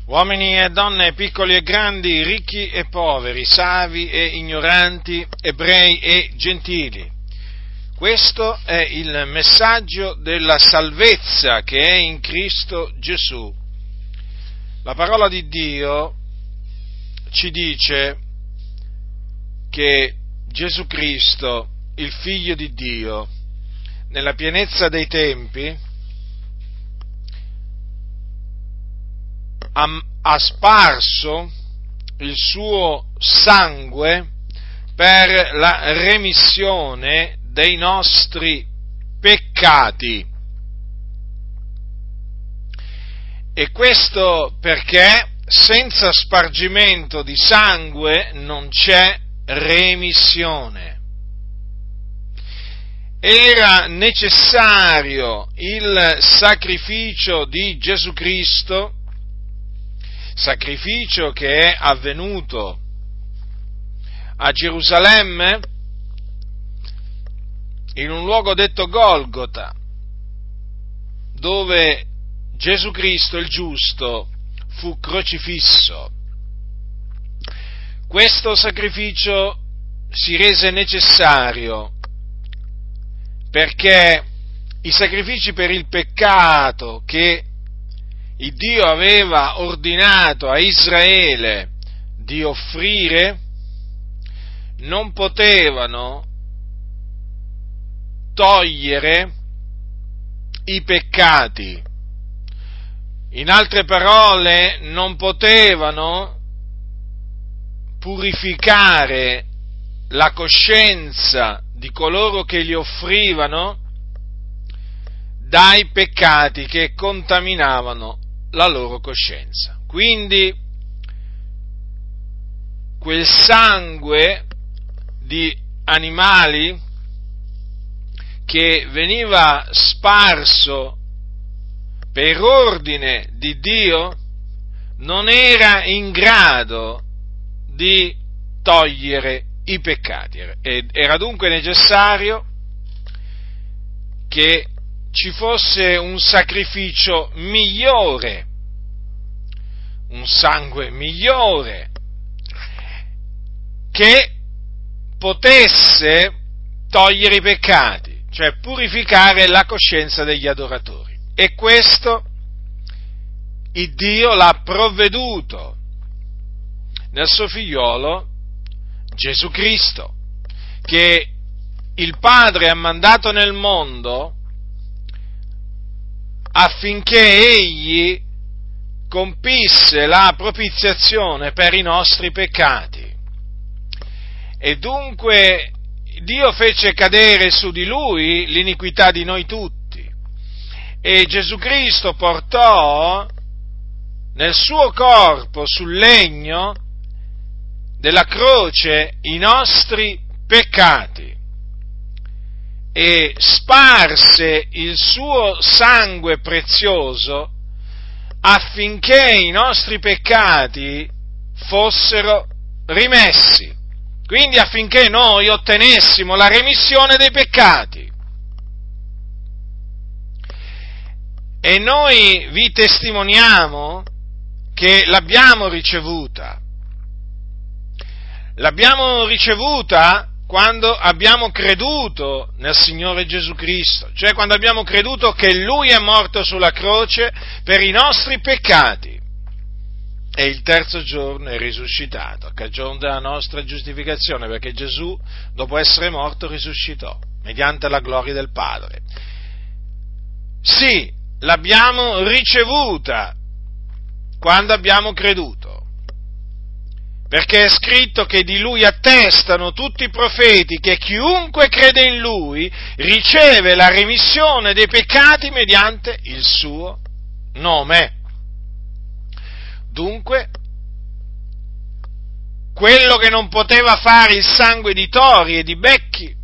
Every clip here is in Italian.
uomini e donne, piccoli e grandi, ricchi e poveri, savi e ignoranti, ebrei e gentili. Questo è il messaggio della salvezza che è in Cristo Gesù. La parola di Dio ci dice che Gesù Cristo, il Figlio di Dio, nella pienezza dei tempi, ha sparso il suo sangue per la remissione dei nostri peccati. E questo perché senza spargimento di sangue non c'è remissione. Era necessario il sacrificio di Gesù Cristo, sacrificio che è avvenuto a Gerusalemme, in un luogo detto Golgota, dove Gesù Cristo, il giusto, fu crocifisso. Questo sacrificio si rese necessario perché i sacrifici per il peccato che il Dio aveva ordinato a Israele di offrire non potevano togliere i peccati. In altre parole, non potevano purificare la coscienza di coloro che li offrivano dai peccati che contaminavano la loro coscienza. Quindi quel sangue di animali che veniva sparso per ordine di Dio non era in grado di togliere i peccati. Era dunque necessario che ci fosse un sacrificio migliore, un sangue migliore, che potesse togliere i peccati, cioè purificare la coscienza degli adoratori. E questo il Dio l'ha provveduto nel suo figliolo Gesù Cristo, che il Padre ha mandato nel mondo affinché Egli compisse la propiziazione per i nostri peccati. E dunque Dio fece cadere su di Lui l'iniquità di noi tutti. E Gesù Cristo portò nel suo corpo sul legno della croce i nostri peccati e sparse il suo sangue prezioso affinché i nostri peccati fossero rimessi, quindi affinché noi ottenessimo la remissione dei peccati. E noi vi testimoniamo che l'abbiamo ricevuta. L'abbiamo ricevuta quando abbiamo creduto nel Signore Gesù Cristo, cioè quando abbiamo creduto che Lui è morto sulla croce per i nostri peccati e il terzo giorno è risuscitato a cagione della nostra giustificazione, perché Gesù, dopo essere morto, risuscitò mediante la gloria del Padre. Sì, l'abbiamo ricevuta quando abbiamo creduto, perché è scritto che di Lui attestano tutti i profeti che chiunque crede in Lui riceve la remissione dei peccati mediante il suo nome. Dunque, quello che non poteva fare il sangue di tori e di becchi,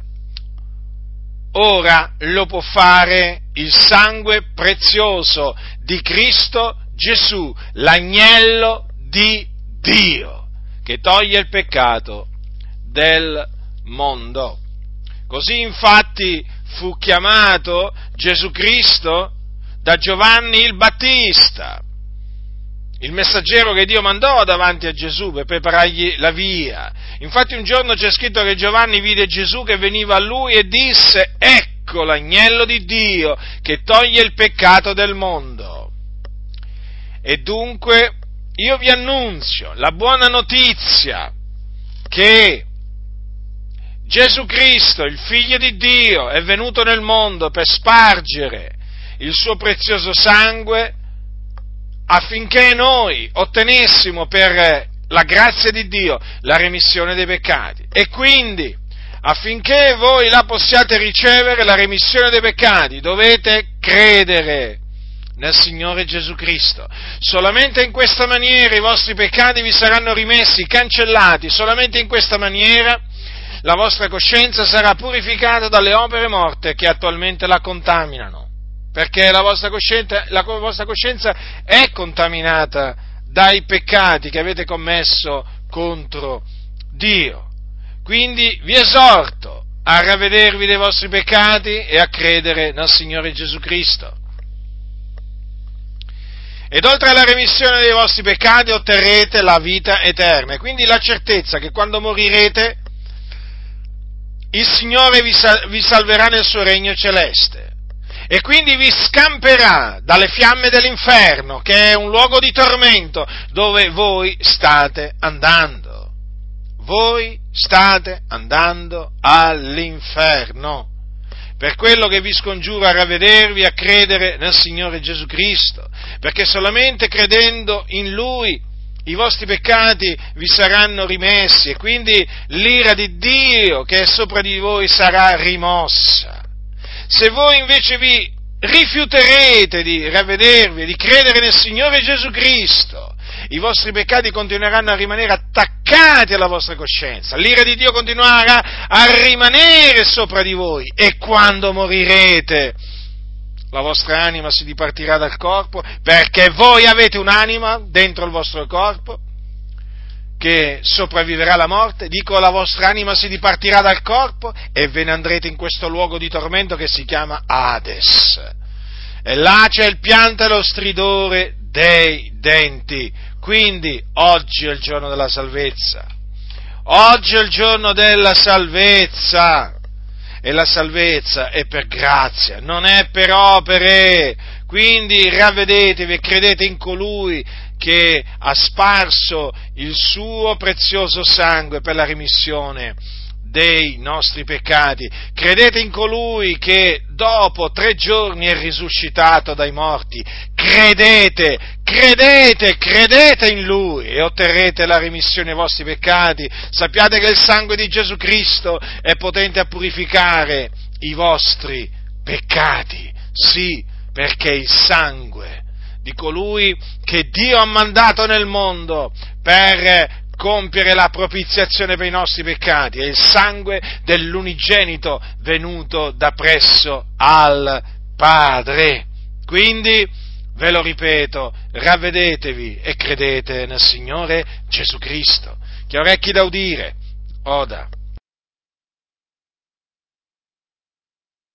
ora lo può fare il sangue prezioso di Cristo Gesù, l'agnello di Dio, che toglie il peccato del mondo. Così infatti fu chiamato Gesù Cristo da Giovanni il Battista, il messaggero che Dio mandò davanti a Gesù per preparargli la via. Infatti un giorno c'è scritto che Giovanni vide Gesù che veniva a lui e disse: ecco l'agnello di Dio che toglie il peccato del mondo. E dunque io vi annunzio la buona notizia che Gesù Cristo, il Figlio di Dio, è venuto nel mondo per spargere il suo prezioso sangue affinché noi ottenessimo per la grazia di Dio la remissione dei peccati. E quindi, affinché voi la possiate ricevere, la remissione dei peccati, dovete credere nel Signore Gesù Cristo. Solamente in questa maniera i vostri peccati vi saranno rimessi, cancellati. Solamente in questa maniera la vostra coscienza sarà purificata dalle opere morte che attualmente la contaminano. Perché la vostra coscienza è contaminata dai peccati che avete commesso contro Dio. Quindi vi esorto a ravvedervi dei vostri peccati e a credere nel Signore Gesù Cristo. Ed oltre alla remissione dei vostri peccati otterrete la vita eterna. Quindi la certezza che quando morirete il Signore vi salverà nel suo regno celeste. E quindi vi scamperà dalle fiamme dell'inferno, che è un luogo di tormento, dove voi state andando. Voi state andando all'inferno. Per quello che vi scongiuro a ravvedervi, a credere nel Signore Gesù Cristo, perché solamente credendo in Lui i vostri peccati vi saranno rimessi e quindi l'ira di Dio che è sopra di voi sarà rimossa. Se voi invece vi rifiuterete di ravvedervi e di credere nel Signore Gesù Cristo, i vostri peccati continueranno a rimanere attaccati alla vostra coscienza, l'ira di Dio continuerà a rimanere sopra di voi e quando morirete la vostra anima si dipartirà dal corpo, perché voi avete un'anima dentro il vostro corpo che sopravviverà alla morte. Dico, la vostra anima si dipartirà dal corpo e ve ne andrete in questo luogo di tormento che si chiama Hades. E là c'è il pianto e lo stridore dei denti. Quindi oggi è il giorno della salvezza. Oggi è il giorno della salvezza. E la salvezza è per grazia, non è per opere. Quindi ravvedetevi e credete in colui che ha sparso il suo prezioso sangue per la remissione dei nostri peccati. Credete in colui che dopo 3 giorni è risuscitato dai morti. Credete in Lui e otterrete la remissione dei vostri peccati. Sappiate che il sangue di Gesù Cristo è potente a purificare i vostri peccati. Sì, perché il sangue di colui che Dio ha mandato nel mondo per compiere la propiziazione per i nostri peccati è il sangue dell'unigenito venuto da presso al Padre. Quindi, ve lo ripeto, ravvedetevi e credete nel Signore Gesù Cristo. Chi ha orecchi da udire, oda.